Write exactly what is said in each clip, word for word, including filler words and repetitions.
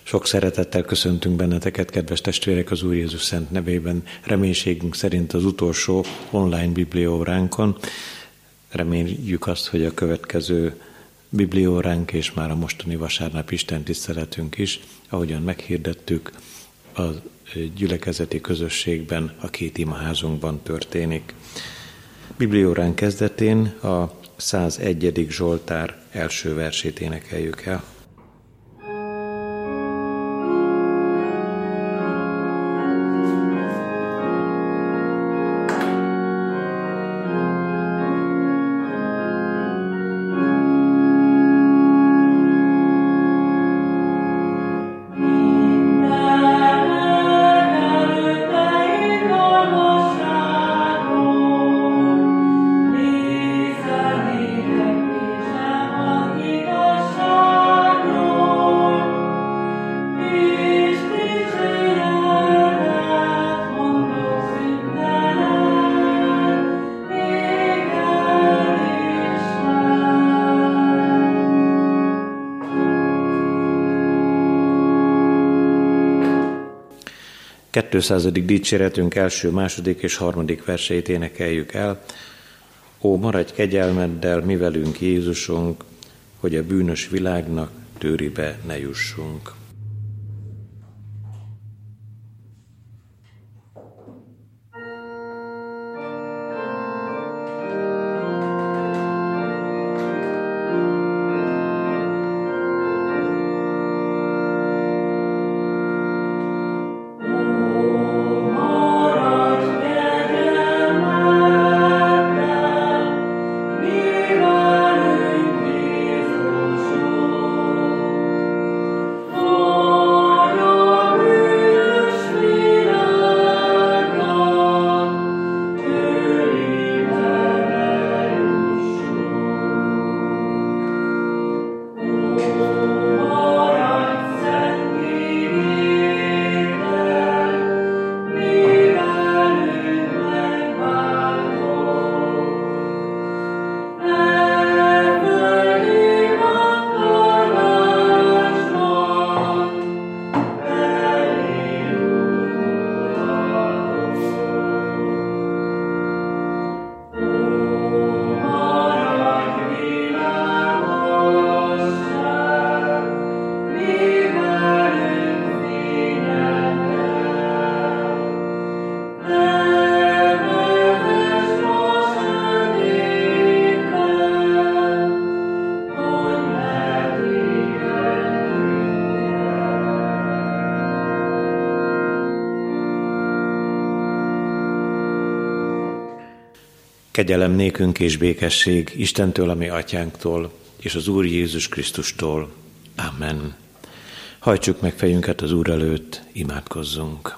Sok szeretettel köszöntünk benneteket, kedves testvérek, az Úr Jézus szent nevében, reménységünk szerint az utolsó online bibliaóránkon. Reméljük azt, hogy a következő bibliaóránk és már a mostani vasárnap Isten tiszteletünk is, ahogyan meghirdettük, a gyülekezeti közösségben, a két imaházunkban történik. Bibliaóránk kezdetén a százegyedik Zsoltár első versét énekeljük el. kétszázadik dicséretünk első, második és harmadik verseit énekeljük el. Ó, maradj kegyelmeddel, mi velünk Jézusunk, hogy a bűnös világnak tőribe ne jussunk. Kegyelem nékünk és békesség Istentől, a mi atyánktól, és az Úr Jézus Krisztustól. Amen. Hajtsuk meg fejünket az Úr előtt, imádkozzunk.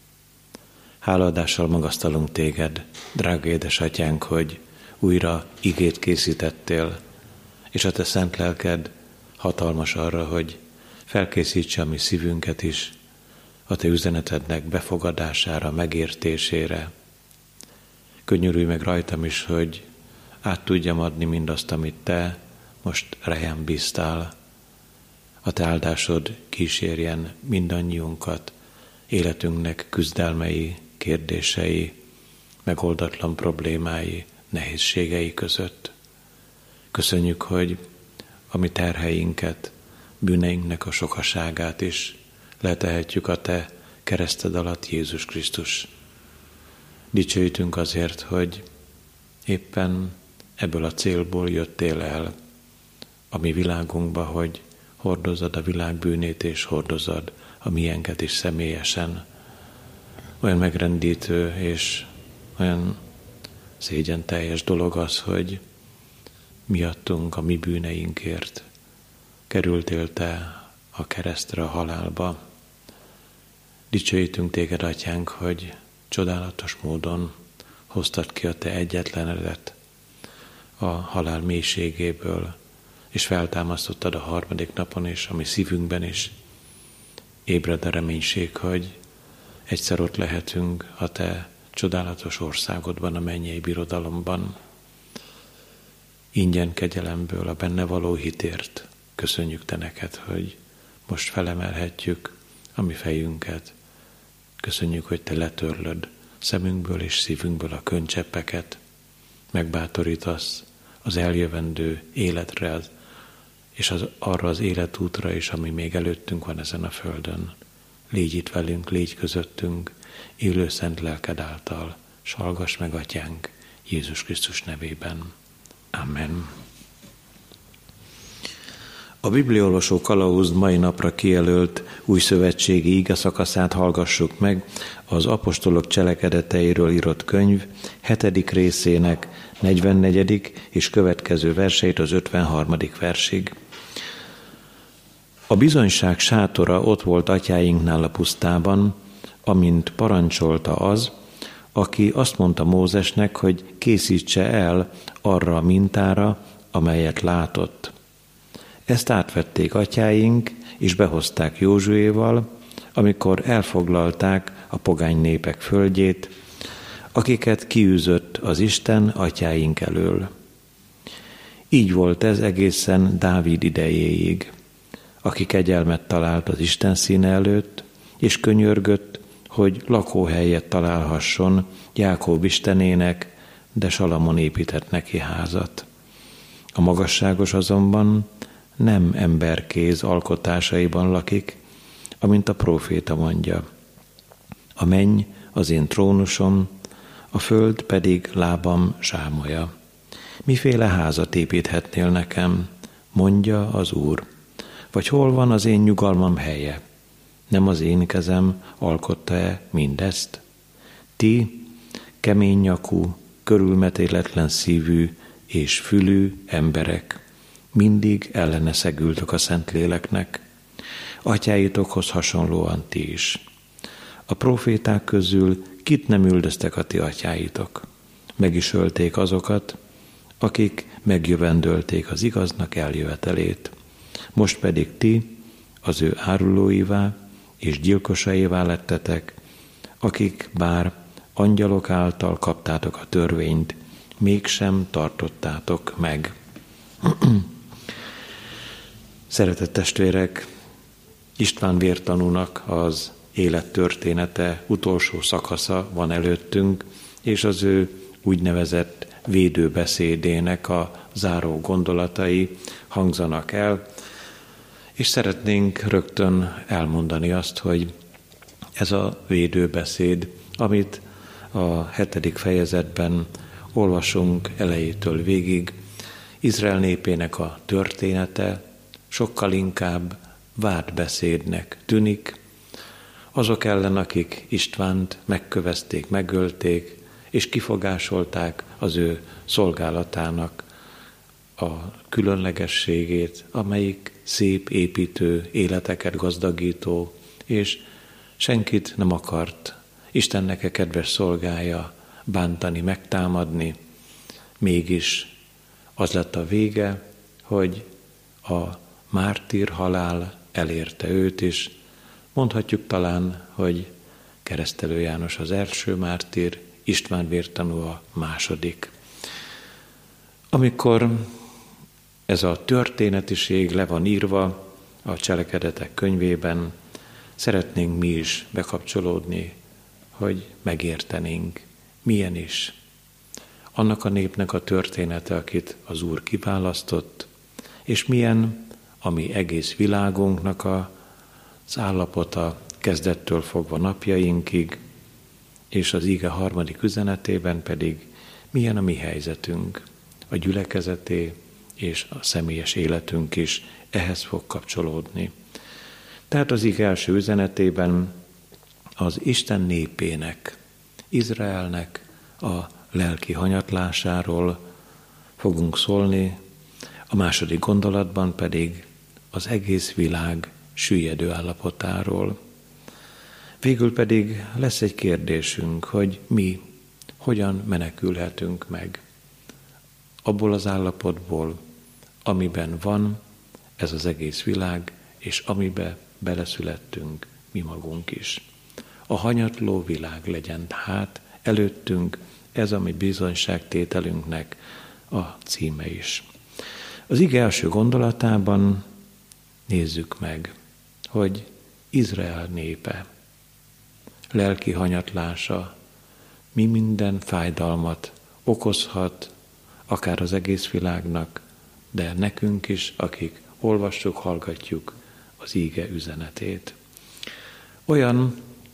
Hálaadással magasztalunk téged, drága édesatyánk, hogy újra igét készítettél, és a te szent lelked hatalmas arra, hogy felkészítse a mi szívünket is a te üzenetednek befogadására, megértésére. Könyörülj meg rajtam is, hogy át tudjam adni mindazt, amit te most rejám bíztál. A te áldásod kísérjen mindannyiunkat, életünknek küzdelmei, kérdései, megoldatlan problémái, nehézségei között. Köszönjük, hogy a mi terheinket, bűneinknek a sokaságát is letehetjük a te kereszted alatt, Jézus Krisztus. Dicsőítünk azért, hogy éppen ebből a célból jöttél el a mi világunkba, hogy hordozod a világ bűnét, és hordozod a miénket is személyesen. Olyan megrendítő és olyan szégyenteljes dolog az, hogy miattunk, a mi bűneinkért kerültél te a keresztre, a halálba. Dicsőítünk téged, atyánk, hogy csodálatos módon hoztad ki a te egyetlenedet a halál mélységéből, és feltámasztottad a harmadik napon is, a mi szívünkben is. Ébred a reménység, hogy egyszer ott lehetünk a te csodálatos országodban, a mennyei birodalomban. Ingyen kegyelemből, a benne való hitért köszönjük te neked, hogy most felemelhetjük a mi fejünket. Köszönjük, hogy Te letörlöd szemünkből és szívünkből a könycseppeket, megbátorítasz az eljövendő életre, és az, arra az életútra is, ami még előttünk van ezen a földön. Légy itt velünk, légy közöttünk, élő szent lelked által, s hallgass meg, Atyánk, Jézus Krisztus nevében. Amen. A Bibliaolvasó kalauz mai napra kijelölt új szövetségi ige szakaszát hallgassuk meg az apostolok cselekedeteiről írott könyv hetedik részének negyvennegyedik és következő verseit az ötvenharmadik versig. A bizonyság sátora ott volt atyáinknál a pusztában, amint parancsolta az, aki azt mondta Mózesnek, hogy készítse el arra a mintára, amelyet látott. Ezt átvették atyáink, és behozták Józsuéval, amikor elfoglalták a pogány népek földjét, akiket kiűzött az Isten atyáink elől. Így volt ez egészen Dávid idejéig, aki kegyelmet talált az Isten színe előtt, és könyörgött, hogy lakóhelyet találhasson Jákob istenének, de Salamon épített neki házat. A magasságos azonban nem emberkéz alkotásaiban lakik, amint a próféta mondja. A menny az én trónusom, a föld pedig lábam sámolya. Miféle házat építhetnél nekem, mondja az Úr, vagy hol van az én nyugalmam helye? Nem az én kezem alkotta-e mindezt? Ti, kemény nyakú, körülmetéletlen szívű és fülű emberek, mindig ellene szegültök a Szentléleknek, atyáitokhoz hasonlóan ti is. A próféták közül kit nem üldöztek a ti atyáitok? Meg is ölték azokat, akik megjövendölték az igaznak eljövetelét. Most pedig ti az ő árulóivá és gyilkosaivá lettetek, akik bár angyalok által kaptátok a törvényt, mégsem tartottátok meg. Szeretett testvérek, István vértanúnak az élettörténete utolsó szakasza van előttünk, és az ő úgynevezett védőbeszédének a záró gondolatai hangzanak el, és szeretnénk rögtön elmondani azt, hogy ez a védőbeszéd, amit a hetedik fejezetben olvasunk elejétől végig, Izrael népének a története sokkal inkább vádbeszédnek tűnik, azok ellen, akik Istvánt megkövezték, megölték, és kifogásolták az ő szolgálatának a különlegességét, amelyik szép, építő, életeket gazdagító, és senkit nem akart Istennek a kedves szolgája bántani, megtámadni. Mégis az lett a vége, hogy a mártír halál elérte őt is. Mondhatjuk talán, hogy Keresztelő János az első mártír, István vértanú a második. Amikor ez a történetiség le van írva a Cselekedetek könyvében, szeretnénk mi is bekapcsolódni, hogy megértenénk, milyen is annak a népnek a története, akit az Úr kiválasztott, és milyen a mi egész világunknak az állapota kezdettől fogva napjainkig, és az ige harmadik üzenetében pedig milyen a mi helyzetünk, a gyülekezeté és a személyes életünk is ehhez fog kapcsolódni. Tehát az ige első üzenetében az Isten népének, Izraelnek a lelki hanyatlásáról fogunk szólni, a második gondolatban pedig az egész világ süllyedő állapotáról. Végül pedig lesz egy kérdésünk, hogy mi hogyan menekülhetünk meg abból az állapotból, amiben van ez az egész világ, és amibe beleszülettünk mi magunk is. A hanyatló világ legyen hát előttünk, ez a mi bizonyságtételünknek a címe is. Az ige első gondolatában nézzük meg hogy Izrael népe, lelki hanyatlása mi minden fájdalmat okozhat, akár az egész világnak, de nekünk is, akik olvassuk, hallgatjuk az íge üzenetét. Olyan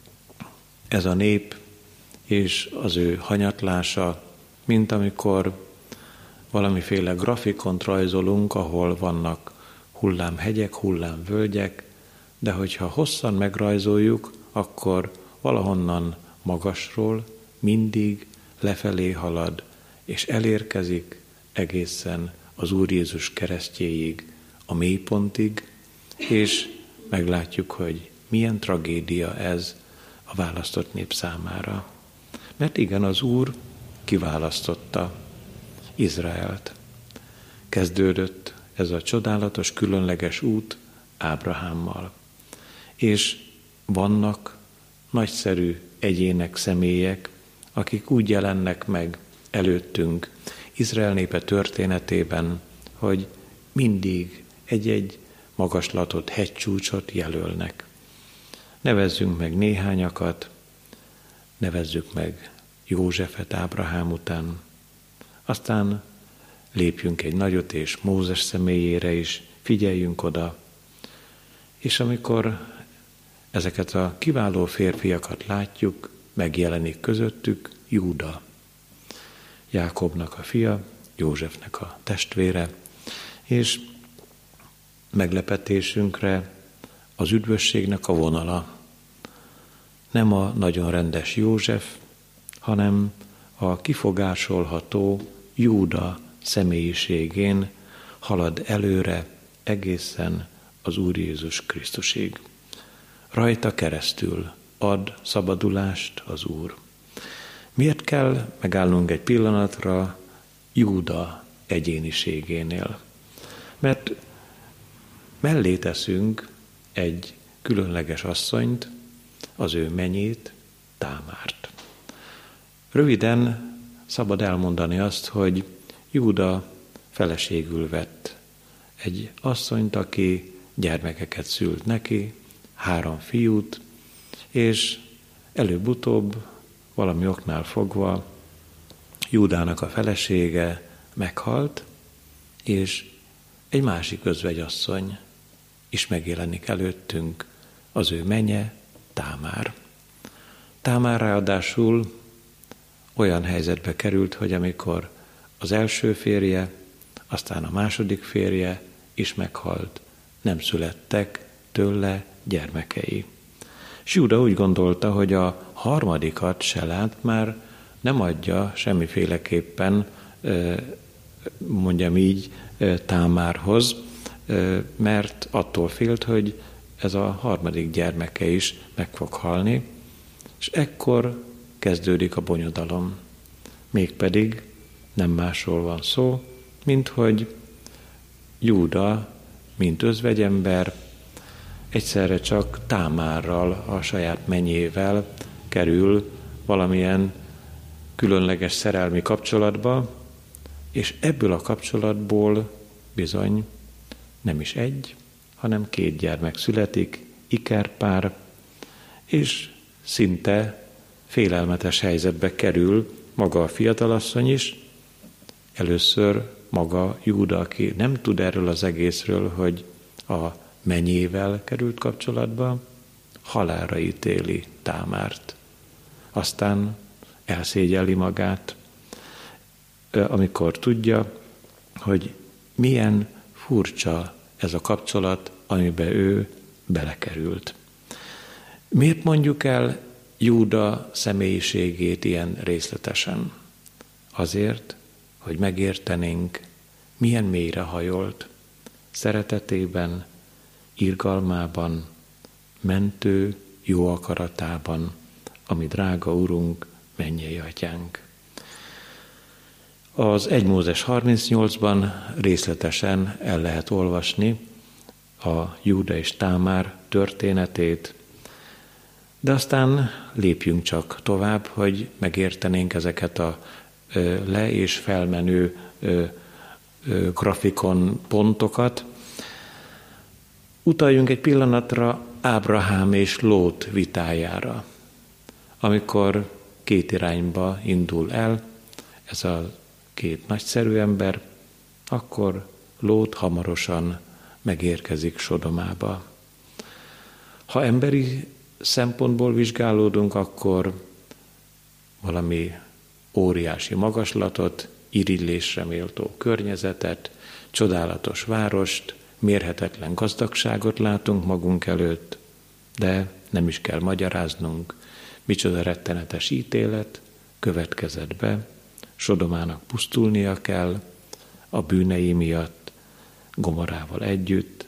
ez a nép és az ő hanyatlása, mint amikor valamiféle grafikont rajzolunk, ahol vannak hullámhegyek, hullámvölgyek, de hogyha hosszan megrajzoljuk, akkor valahonnan magasról mindig lefelé halad, és elérkezik egészen az Úr Jézus keresztjéig, a mélypontig, és meglátjuk, hogy milyen tragédia ez a választott nép számára. Mert igen, az Úr kiválasztotta Izraelt. Kezdődött ez a csodálatos, különleges út Ábrahámmal. És vannak nagyszerű egyének, személyek, akik úgy jelennek meg előttünk Izrael népe történetében, hogy mindig egy-egy magaslatot, hegycsúcsot jelölnek. Nevezzünk meg néhányakat, nevezzük meg Józsefet Ábrahám után, aztán lépjünk egy nagyot, és Mózes személyére is figyeljünk oda, és amikor ezeket a kiváló férfiakat látjuk, megjelenik közöttük Júda, Jákobnak a fia, Józsefnek a testvére, és meglepetésünkre az üdvösségnek a vonala nem a nagyon rendes József, hanem a kifogásolható Júda személyiségén halad előre egészen az Úr Jézus Krisztusig. Rajta keresztül ad szabadulást az Úr. Miért kell megállnunk egy pillanatra Júda egyéniségénél? Mert mellé teszünk egy különleges asszonyt, az ő menyét, Támárt. Röviden szabad elmondani azt, hogy Júda feleségül vett egy asszonyt, aki gyermekeket szült neki, három fiút, és előbb-utóbb valami oknál fogva Júdának a felesége meghalt, és egy másik özvegyasszony is megjelenik előttünk, az ő menye, Támár. Támár ráadásul olyan helyzetbe került, hogy amikor az első férje, aztán a második férje is meghalt, nem születtek tőle gyermekei. És Júda úgy gondolta, hogy a harmadikat se lát, már nem adja semmiféleképpen, mondjam így, Támárhoz, mert attól félt, hogy ez a harmadik gyermeke is meg fog halni, és ekkor kezdődik a bonyodalom. Mégpedig nem másról van szó, mint hogy Júda, mint özvegyember, egyszerre csak Támárral, a saját menyével kerül valamilyen különleges szerelmi kapcsolatba, és ebből a kapcsolatból bizony nem is egy, hanem két gyermek születik, ikerpár, és szinte félelmetes helyzetbe kerül maga a fiatalasszony is, először maga Júda, aki nem tud erről az egészről, hogy a menyével került kapcsolatba, halálra ítéli Támárt. Aztán elszégyelli magát, amikor tudja, hogy milyen furcsa ez a kapcsolat, amiben ő belekerült. Miért mondjuk el Júda személyiségét ilyen részletesen? Azért, hogy megértenénk, milyen mélyre hajolt, szeretetében, irgalmában, mentő, jó akaratában, ami drága Urunk, mennyei Atyánk. Az egy Mózes harmincnyolcban részletesen el lehet olvasni a Júda és Támár történetét, de aztán lépjünk csak tovább, hogy megértenénk ezeket a ö, le- és felmenő ö, ö, grafikon pontokat. Utaljunk egy pillanatra Ábrahám és Lót vitájára, amikor két irányba indul el ez a két nagyszerű ember, akkor Lót hamarosan megérkezik Sodomába. Ha emberi szempontból vizsgálódunk, akkor valami óriási magaslatot, irigylésre méltó környezetet, csodálatos várost, mérhetetlen gazdagságot látunk magunk előtt, de nem is kell magyaráznunk, micsoda rettenetes ítélet következett be, Sodomának pusztulnia kell a bűnei miatt, Gomorrával együtt,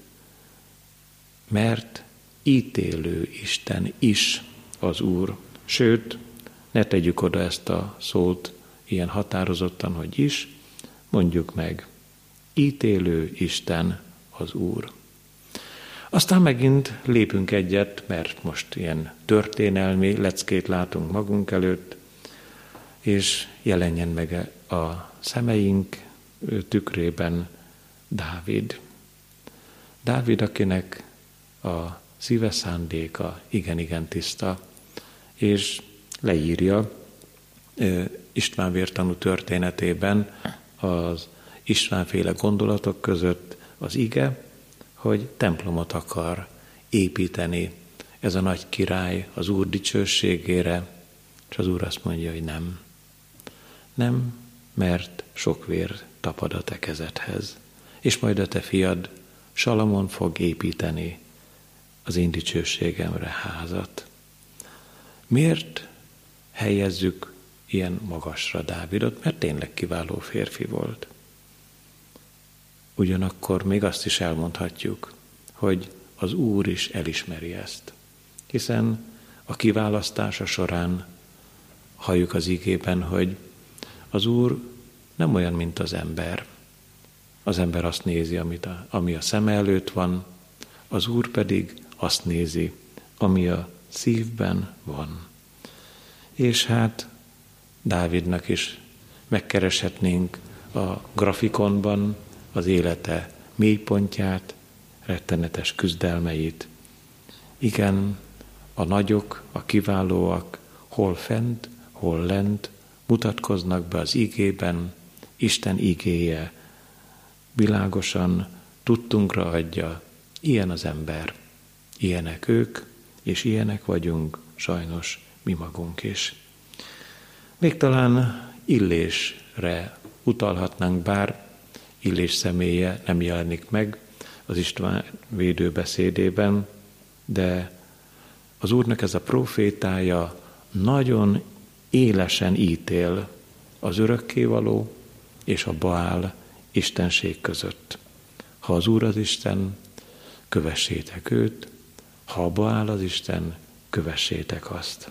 mert ítélő Isten is az Úr. Sőt, ne tegyük oda ezt a szót ilyen határozottan, hogy is, mondjuk meg, ítélő Isten az Úr. Aztán megint lépünk egyet, mert most ilyen történelmi leckét látunk magunk előtt, és jelenjen meg a szemeink tükrében Dávid. Dávid, akinek a szíve szándéka igen-igen tiszta, és leírja István vértanú történetében az Istvánféle gondolatok között az ige, hogy templomot akar építeni ez a nagy király az Úr dicsőségére, és az Úr azt mondja, hogy nem. Nem, mert sok vér tapad a te kezedhez, és majd a te fiad Salamon fog építeni az én dicsőségemre házat. Miért helyezzük ilyen magasra Dávidot? Mert tényleg kiváló férfi volt. Ugyanakkor még azt is elmondhatjuk, hogy az Úr is elismeri ezt, hiszen a kiválasztása során halljuk az igében, hogy az Úr nem olyan, mint az ember. Az ember azt nézi, amit a, ami a szeme előtt van, az Úr pedig azt nézi, ami a szívben van. És hát Dávidnak is megkereshetnénk a grafikonban az élete mélypontját, rettenetes küzdelmeit. Igen, a nagyok, a kiválóak hol fent, hol lent mutatkoznak be az igében, Isten igéje világosan tudtunkra adja, ilyen az ember, ilyenek ők, és ilyenek vagyunk, sajnos mi magunk is. Még talán Illésre utalhatnánk, bár Illés személye nem jelenik meg az István védőbeszédében, de az Úrnak ez a profétája nagyon élesen ítél az örökkévaló és a Baál istenség között. Ha az Úr az Isten, kövessétek őt, ha a Baál az Isten, kövessétek azt.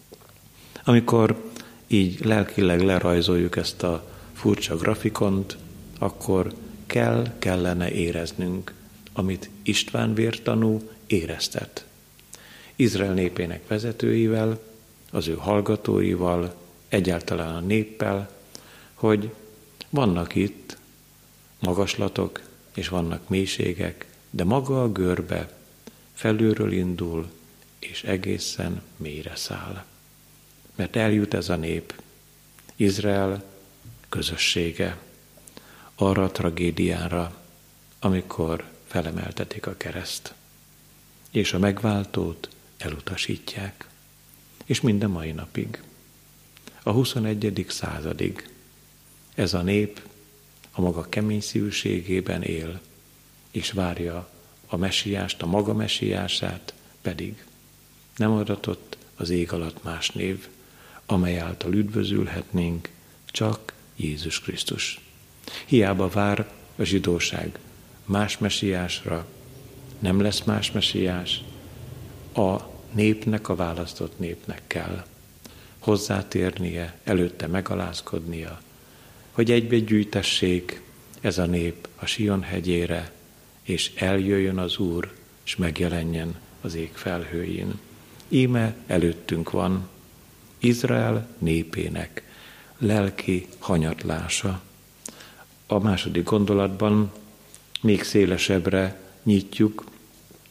Amikor így lelkileg lerajzoljuk ezt a furcsa grafikont, akkor kell, kellene éreznünk, amit István vértanú éreztet. Izrael népének vezetőivel, az ő hallgatóival, egyáltalán a néppel, hogy vannak itt magaslatok, és vannak mélységek, de maga a görbe felülről indul, és egészen mélyre száll. Mert eljut ez a nép, Izrael közössége, arra a tragédiára, amikor felemeltetik a kereszt, és a megváltót elutasítják. És minden mai napig, a huszonegyedik századig ez a nép a maga kemény szívűségében él, és várja a mesiást, a maga mesiását, pedig nem adatott az ég alatt más név, amely által üdvözülhetnénk, csak Jézus Krisztus. Hiába vár a zsidóság más mesiásra, nem lesz más mesiás, a népnek, a választott népnek kell hozzátérnie, előtte megalázkodnia, hogy egybe gyűjtessék ez a nép a Sion hegyére, és eljöjjön az Úr, és megjelenjen az ég felhőjén. Íme előttünk van Izrael népének lelki hanyatlása. A második gondolatban még szélesebbre nyitjuk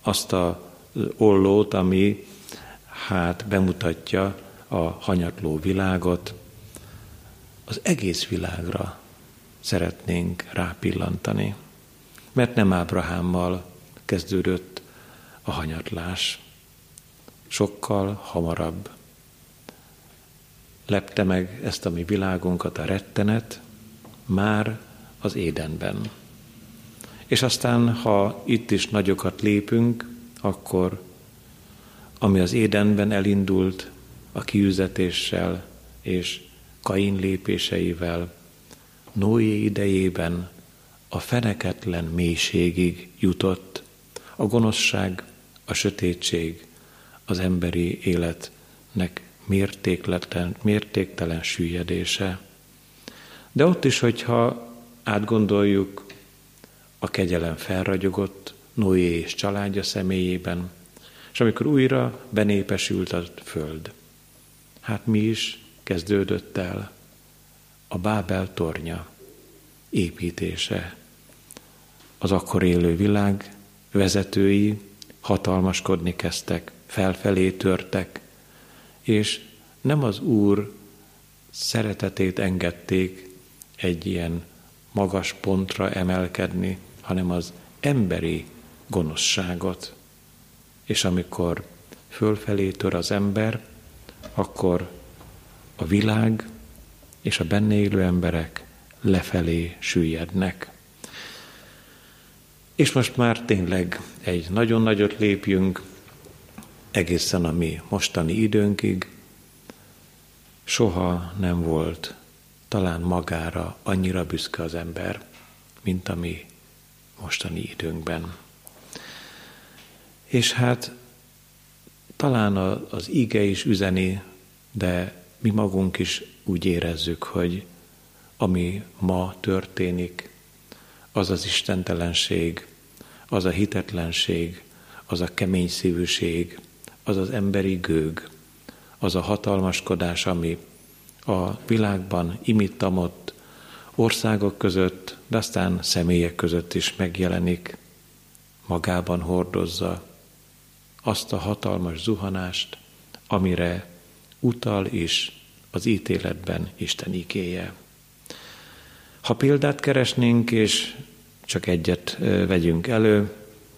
azt a ollót, ami hát bemutatja a hanyatló világot, az egész világra szeretnénk rápillantani. Mert nem Ábrahámmal kezdődött a hanyatlás. Sokkal hamarabb lepte meg ezt a mi világunkat a rettenet, már az Édenben. És aztán, ha itt is nagyokat lépünk, akkor ami az Édenben elindult a kiüzetéssel és Kain lépéseivel, Noé idejében a feneketlen mélységig jutott a gonoszság, a sötétség, az emberi életnek mértéktelen, mértéktelen süllyedése. De ott is, hogyha átgondoljuk, a kegyelem felragyogott Noé és családja személyében, és amikor újra benépesült a föld, hát mi is kezdődött el? A Bábel tornya építése. Az akkor élő világ vezetői hatalmaskodni kezdtek, felfelé törtek, és nem az Úr szeretetét engedték egy ilyen magas pontra emelkedni, hanem az emberi gonoszságot. És amikor fölfelé tör az ember, akkor a világ és a benne élő emberek lefelé süllyednek. És most már tényleg egy nagyon nagyot lépjünk egészen a mi mostani időnkig. Soha nem volt talán magára annyira büszke az ember, mint a mi mostani időnkben. És hát talán az ige is üzeni, de mi magunk is úgy érezzük, hogy ami ma történik, az az istentelenség, az a hitetlenség, az a kemény szívűség, az az emberi gőg, az a hatalmaskodás, ami a világban imittamott országok között, de aztán személyek között is megjelenik, magában hordozza azt a hatalmas zuhanást, amire utal is az ítéletben Isten igéje. Ha példát keresnénk, és csak egyet vegyünk elő,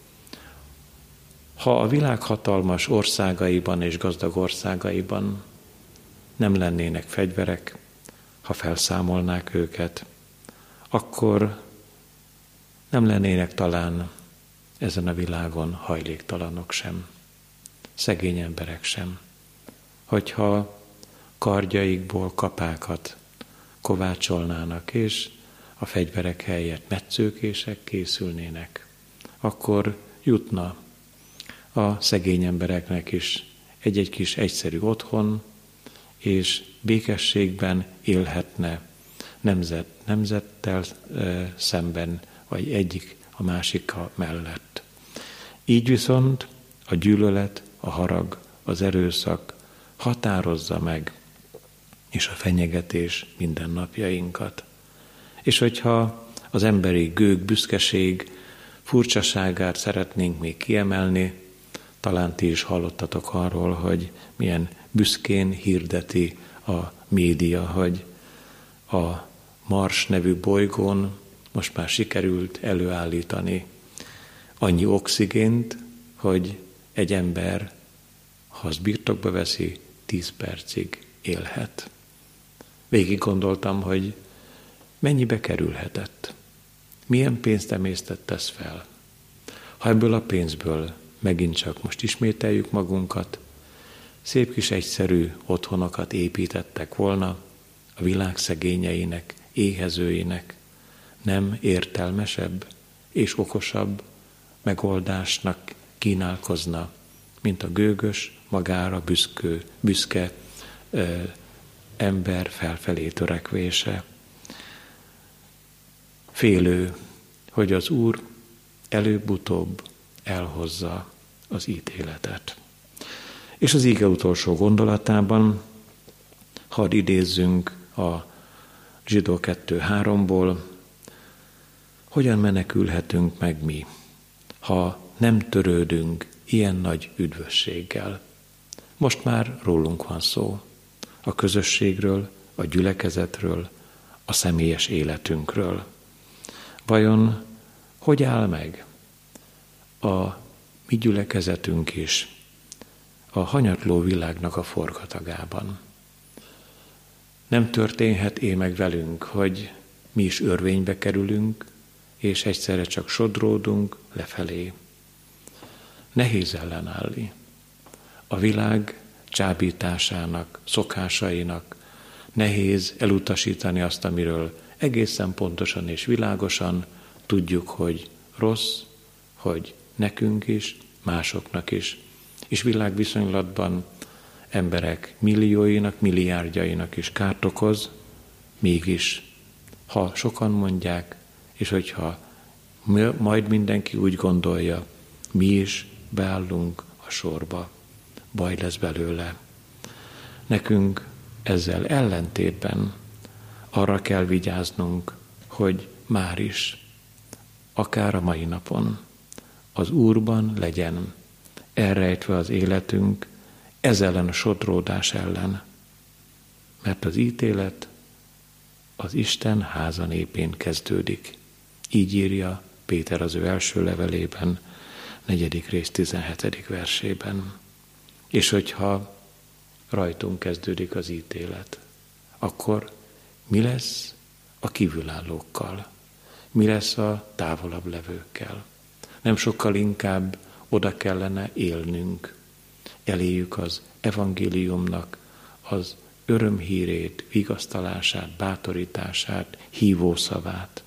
ha a világ hatalmas országaiban és gazdag országaiban nem lennének fegyverek, ha felszámolnák őket, akkor nem lennének talán ezen a világon hajléktalanok sem, szegény emberek sem. Hogyha kardjaikból kapákat kovácsolnának, és a fegyverek helyett metszőkések készülnének, akkor jutna a szegény embereknek is egy-egy kis egyszerű otthon, és békességben élhetne nemzet, nemzettel e, szemben, vagy egyik a másik mellett. Így viszont a gyűlölet, a harag, az erőszak határozza meg, és a fenyegetés mindennapjainkat. És hogyha az emberi gőg, büszkeség furcsaságát szeretnénk még kiemelni, talán ti is hallottatok arról, hogy milyen büszkén hirdeti a média, hogy a Mars nevű bolygón most már sikerült előállítani annyi oxigént, hogy egy ember, ha azt birtokba veszi, tíz percig élhet. Végig gondoltam, hogy mennyibe kerülhetett, milyen pénzt emésztett ez fel. Ha ebből a pénzből megint csak most ismételjük magunkat, szép kis egyszerű otthonokat építettek volna a világ szegényeinek, éhezőinek, nem értelmesebb és okosabb megoldásnak kínálkozna, mint a gőgös, magára büszkő, büszke ö, ember felfelé törekvése. Félő, hogy az Úr előbb-utóbb elhozza az ítéletet. És az ige utolsó gondolatában hadd idézzünk a Zsidó kettő háromból, hogyan menekülhetünk meg mi, ha nem törődünk ilyen nagy üdvösséggel. Most már rólunk van szó, a közösségről, a gyülekezetről, a személyes életünkről. Vajon hogy áll meg a mi gyülekezetünk is a hanyatló világnak a forgatagában? Nem történhet é meg velünk, hogy mi is örvénybe kerülünk, és egyszerre csak sodródunk lefelé. Nehéz ellenállni a világ csábításának, szokásainak, nehéz elutasítani azt, amiről egészen pontosan és világosan tudjuk, hogy rossz, hogy nekünk is, másoknak is, és világviszonylatban emberek millióinak, milliárdjainak is kárt okoz, mégis, ha sokan mondják, és hogyha majd mindenki úgy gondolja, mi is beállunk a sorba, baj lesz belőle. Nekünk ezzel ellentétben arra kell vigyáznunk, hogy már is, akár a mai napon, az Úrban legyen elrejtve az életünk ez ellen a sodródás ellen. Mert az ítélet az Isten háza népén kezdődik. Így írja Péter az ő első levelében, negyedik rész tizenhetedik versében. És hogyha rajtunk kezdődik az ítélet, akkor mi lesz a kívülállókkal? Mi lesz a távolabb levőkkel? Nem sokkal inkább oda kellene élnünk. Eléljük az evangéliumnak az örömhírét, vigasztalását, bátorítását, hívószavát.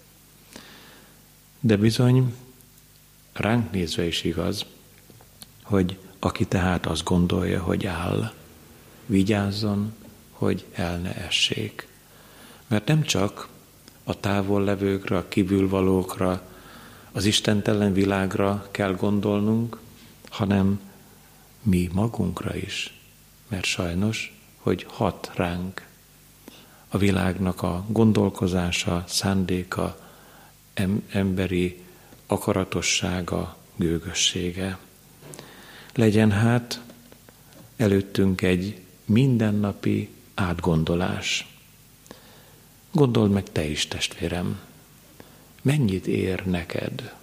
De bizony ránk nézve is igaz, hogy aki tehát azt gondolja, hogy áll, vigyázzon, hogy el ne essék. Mert nem csak a távol levőkre, a kívülvalókra, az istentelen világra kell gondolnunk, hanem mi magunkra is. Mert sajnos, hogy hat ránk a világnak a gondolkozása, szándéka, em- emberi akaratossága, gőgössége. Legyen hát előttünk egy mindennapi átgondolás. Gondold meg te is, testvérem, mennyit ér neked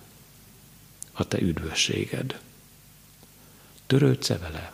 a te üdvösséged? Törődsz-e vele?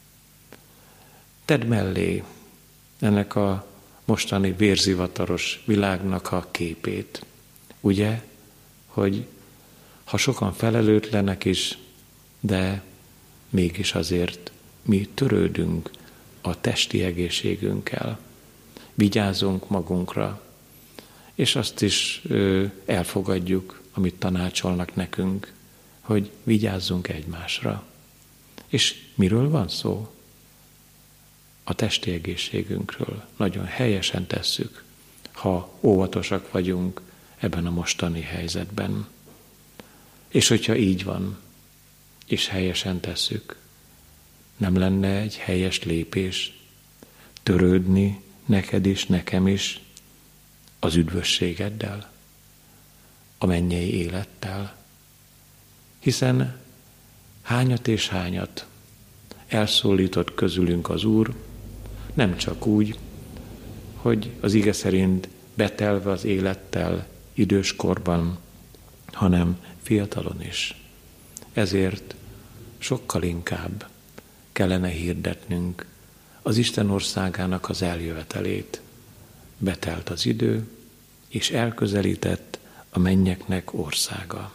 Tedd mellé ennek a mostani vérzivataros világnak a képét. Ugye, hogy ha sokan felelőtlenek is, de mégis azért mi törődünk a testi egészségünkkel. Vigyázzunk magunkra, és azt is ö, elfogadjuk, amit tanácsolnak nekünk, hogy vigyázzunk egymásra. És miről van szó? A testi egészségünkről. Nagyon helyesen tesszük, ha óvatosak vagyunk ebben a mostani helyzetben. És hogyha így van, és helyesen tesszük, nem lenne egy helyes lépés törődni neked is, nekem is az üdvösségeddel, a mennyei élettel. Hiszen hányat és hányat elszólított közülünk az Úr, nem csak úgy, hogy az ige szerint betelve az élettel időskorban, hanem fiatalon is. Ezért sokkal inkább kellene hirdetnünk az Isten országának az eljövetelét. Betelt az idő, és elközelített a mennyeknek országa.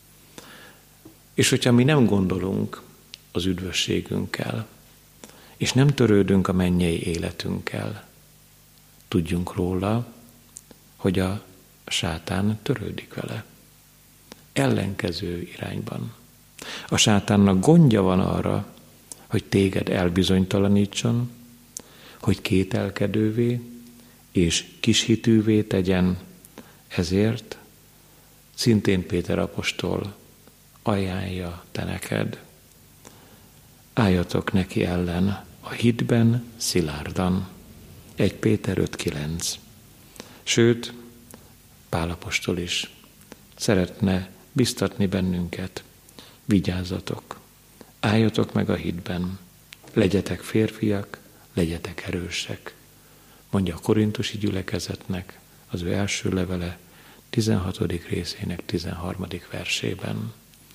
És hogyha mi nem gondolunk az üdvösségünkkel, és nem törődünk a mennyei életünkkel, tudjunk róla, hogy a sátán törődik vele. Ellenkező irányban. A sátánnak gondja van arra, hogy téged elbizonytalanítson, hogy kételkedővé és kishitűvé tegyen, ezért szintén Péter apostol ajánlja te neked. Álljatok neki ellen a hitben szilárdan. egy Péter öt kilenc. Sőt, Pál apostol is szeretne biztatni bennünket. vigyázzatok, álljatok meg a hitben, legyetek férfiak, legyetek erősek, mondja a korintusi gyülekezetnek az ő első levele tizenhatodik részének tizenharmadik versében.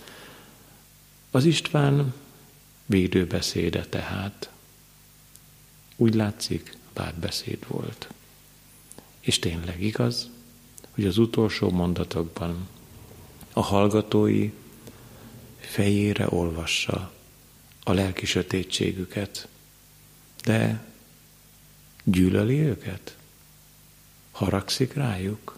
Az István védőbeszéde tehát úgy látszik, vádbeszéd volt. És tényleg igaz, hogy az utolsó mondatokban a hallgatói fejére olvassa a lelki sötétségüket, de gyűlöli őket? Haragszik rájuk?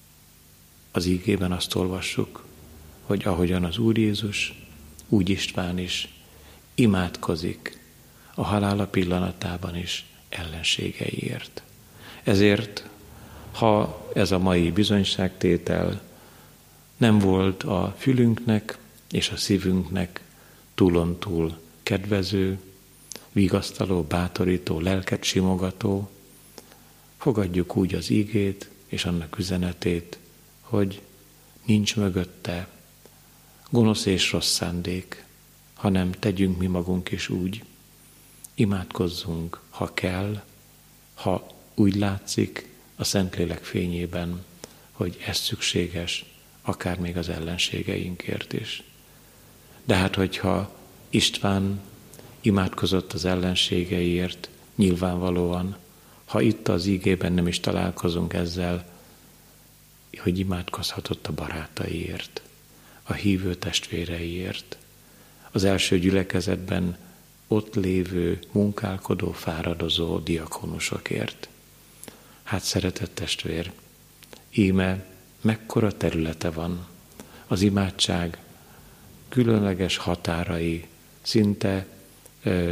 Az ígében azt olvassuk, hogy ahogyan az Úr Jézus, úgy István is imádkozik a halála pillanatában is ellenségeiért. Ezért, ha ez a mai bizonyságtétel nem volt a fülünknek és a szívünknek túlontúl kedvező, vigasztaló, bátorító, lelket simogató, fogadjuk úgy az ígét és annak üzenetét, hogy nincs mögötte gonosz és rossz szándék, hanem tegyünk mi magunk is úgy, imádkozzunk, ha kell, ha úgy látszik a Szentlélek fényében, hogy ez szükséges, akár még az ellenségeinkért is. De hát, hogyha István imádkozott az ellenségeiért, nyilvánvalóan, ha itt az ígében nem is találkozunk ezzel, hogy imádkozhatott a barátaiért, a hívő testvéreiért, az első gyülekezetben ott lévő, munkálkodó, fáradozó diakonusokért. Hát, szeretett testvér, íme mekkora területe van, az imádság különleges határai szinte ö,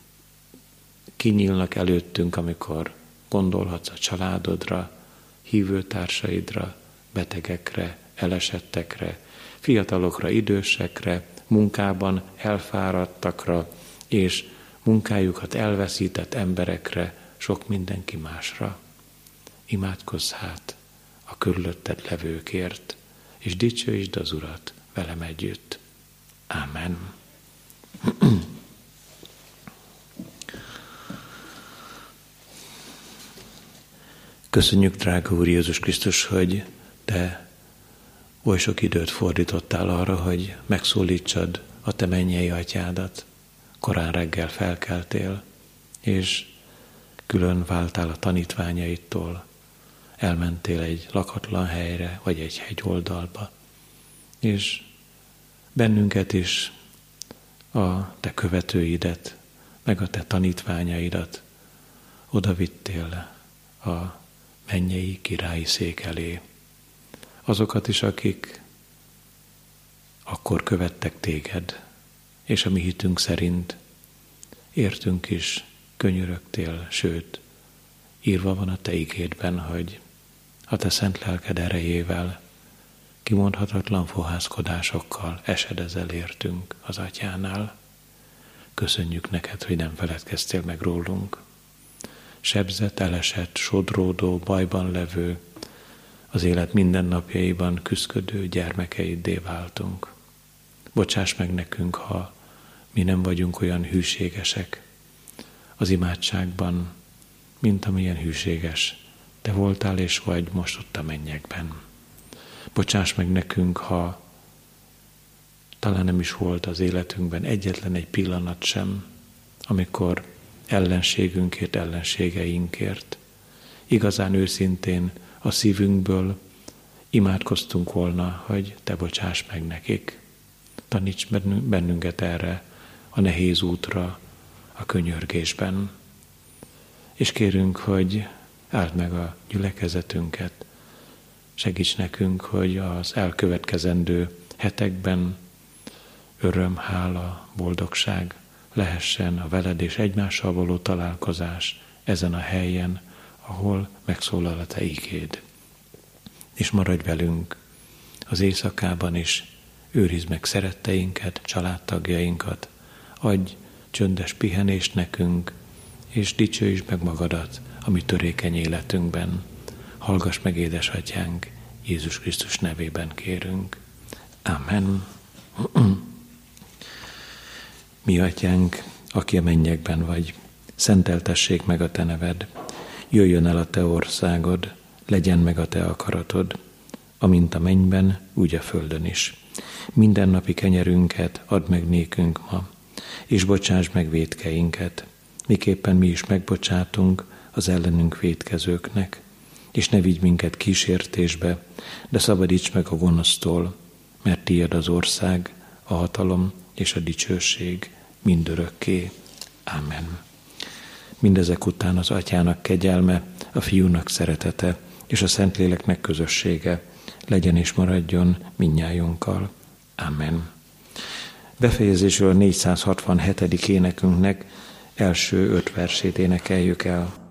kinyílnak előttünk, amikor gondolhatsz a családodra, hívőtársaidra, betegekre, elesettekre, fiatalokra, idősekre, munkában elfáradtakra, és munkájukat elveszített emberekre, sok mindenki másra. Imádkozz hát a körülötted levőkért, és dicsőítsd az Urat velem együtt. Ámen. Köszönjük, drága Úr Jézus Krisztus, hogy Te oly sok időt fordítottál arra, hogy megszólítsad a Te mennyei Atyádat. Korán reggel felkeltél, és külön váltál a tanítványaidtól, elmentél egy lakatlan helyre, vagy egy hegyoldalba, és bennünket is, a Te követőidet, meg a Te tanítványaidat odavittél a mennyei királyi szék elé. Azokat is, akik akkor követtek Téged, és a mi hitünk szerint értünk is, könyörögtél, sőt, írva van a Te igédben, hogy a Te szent lelked erejével, kimondhatatlan fohászkodásokkal esedezel értünk az Atyánál. Köszönjük neked, hogy nem feledkeztél meg rólunk. Sebzett, elesett, sodródó, bajban levő, az élet mindennapjaiban küszködő gyermekeiddé váltunk. Bocsáss meg nekünk, ha mi nem vagyunk olyan hűségesek az imádságban, mint amilyen hűséges Te voltál és vagy most ott a mennyekben. Bocsáss meg nekünk, ha talán nem is volt az életünkben egyetlen egy pillanat sem, amikor ellenségünkért, ellenségeinkért igazán őszintén a szívünkből imádkoztunk volna, hogy Te bocsáss meg nekik. Taníts bennünket erre a nehéz útra, a könyörgésben. És kérünk, hogy áld meg a gyülekezetünket, segíts nekünk, hogy az elkövetkezendő hetekben öröm, hála, boldogság lehessen a veled és egymással való találkozás ezen a helyen, ahol megszólal a Te igéd. És maradj velünk az éjszakában is, őrizd meg szeretteinket, családtagjainkat, adj csöndes pihenést nekünk, és dicsőítsd meg magadat a mi törékeny életünkben. Hallgass meg, édesatyánk, Jézus Krisztus nevében kérünk. Amen. Mi atyánk, aki a mennyekben vagy, szenteltessék meg a te neved. Jöjjön el a te országod, legyen meg a te akaratod, amint a mennyben, úgy a földön is. Mindennapi kenyerünket add meg nékünk ma, és bocsáss meg vétkeinket, miképpen mi is megbocsátunk az ellenünk vétkezőknek, és ne vigy minket kísértésbe, de szabadíts meg a gonosztól, mert tiéd az ország, a hatalom és a dicsőség mindörökké. Amen. Mindezek után az Atyának kegyelme, a Fiúnak szeretete és a Szentléleknek közössége legyen és maradjon mindnyájunkkal. Amen. Befejezésül a négyszázhatvanhetedik énekünknek első öt versét énekeljük el.